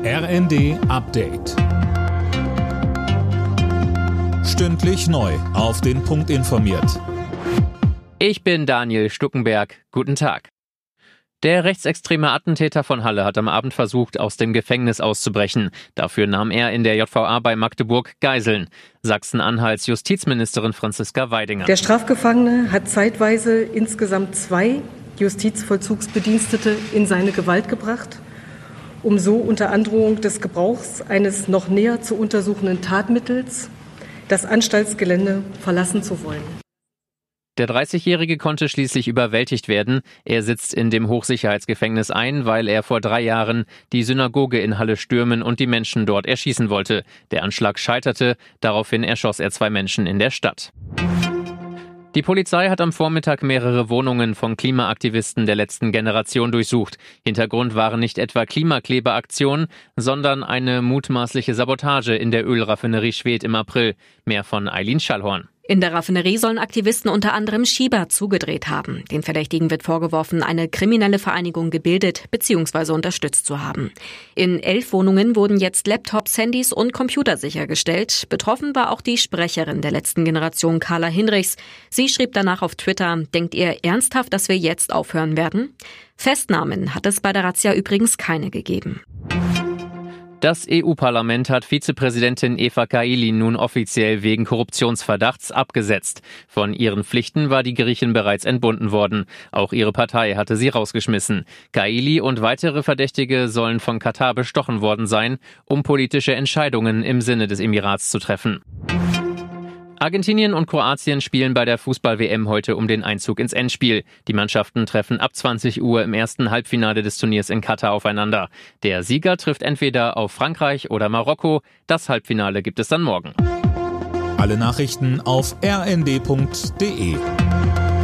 RND Update. Stündlich neu auf den Punkt informiert. Ich bin Daniel Stuckenberg. Guten Tag. Der rechtsextreme Attentäter von Halle hat am Abend versucht, aus dem Gefängnis auszubrechen. Dafür nahm er in der JVA bei Magdeburg Geiseln. Sachsen-Anhalts Justizministerin Franziska Weidinger. Der Strafgefangene hat zeitweise insgesamt 2 Justizvollzugsbedienstete in seine Gewalt gebracht, um so unter Androhung des Gebrauchs eines noch näher zu untersuchenden Tatmittels das Anstaltsgelände verlassen zu wollen. Der 30-Jährige konnte schließlich überwältigt werden. Er sitzt in dem Hochsicherheitsgefängnis ein, weil er vor 3 Jahren die Synagoge in Halle stürmen und die Menschen dort erschießen wollte. Der Anschlag scheiterte. Daraufhin erschoss er 2 Menschen in der Stadt. Die Polizei hat am Vormittag mehrere Wohnungen von Klimaaktivisten der letzten Generation durchsucht. Hintergrund waren nicht etwa Klimakleberaktionen, sondern eine mutmaßliche Sabotage in der Ölraffinerie Schwedt im April. Mehr von Eileen Schallhorn. In der Raffinerie sollen Aktivisten unter anderem Schieber zugedreht haben. Den Verdächtigen wird vorgeworfen, eine kriminelle Vereinigung gebildet bzw. unterstützt zu haben. In 11 Wohnungen wurden jetzt Laptops, Handys und Computer sichergestellt. Betroffen war auch die Sprecherin der letzten Generation, Carla Hinrichs. Sie schrieb danach auf Twitter: Denkt ihr ernsthaft, dass wir jetzt aufhören werden? Festnahmen hat es bei der Razzia übrigens keine gegeben. Das EU-Parlament hat Vizepräsidentin Eva Kaili nun offiziell wegen Korruptionsverdachts abgesetzt. Von ihren Pflichten war die Griechin bereits entbunden worden. Auch ihre Partei hatte sie rausgeschmissen. Kaili und weitere Verdächtige sollen von Katar bestochen worden sein, um politische Entscheidungen im Sinne des Emirats zu treffen. Argentinien und Kroatien spielen bei der Fußball-WM heute um den Einzug ins Endspiel. Die Mannschaften treffen ab 20 Uhr im ersten Halbfinale des Turniers in Katar aufeinander. Der Sieger trifft entweder auf Frankreich oder Marokko. Das Halbfinale gibt es dann morgen. Alle Nachrichten auf rnd.de.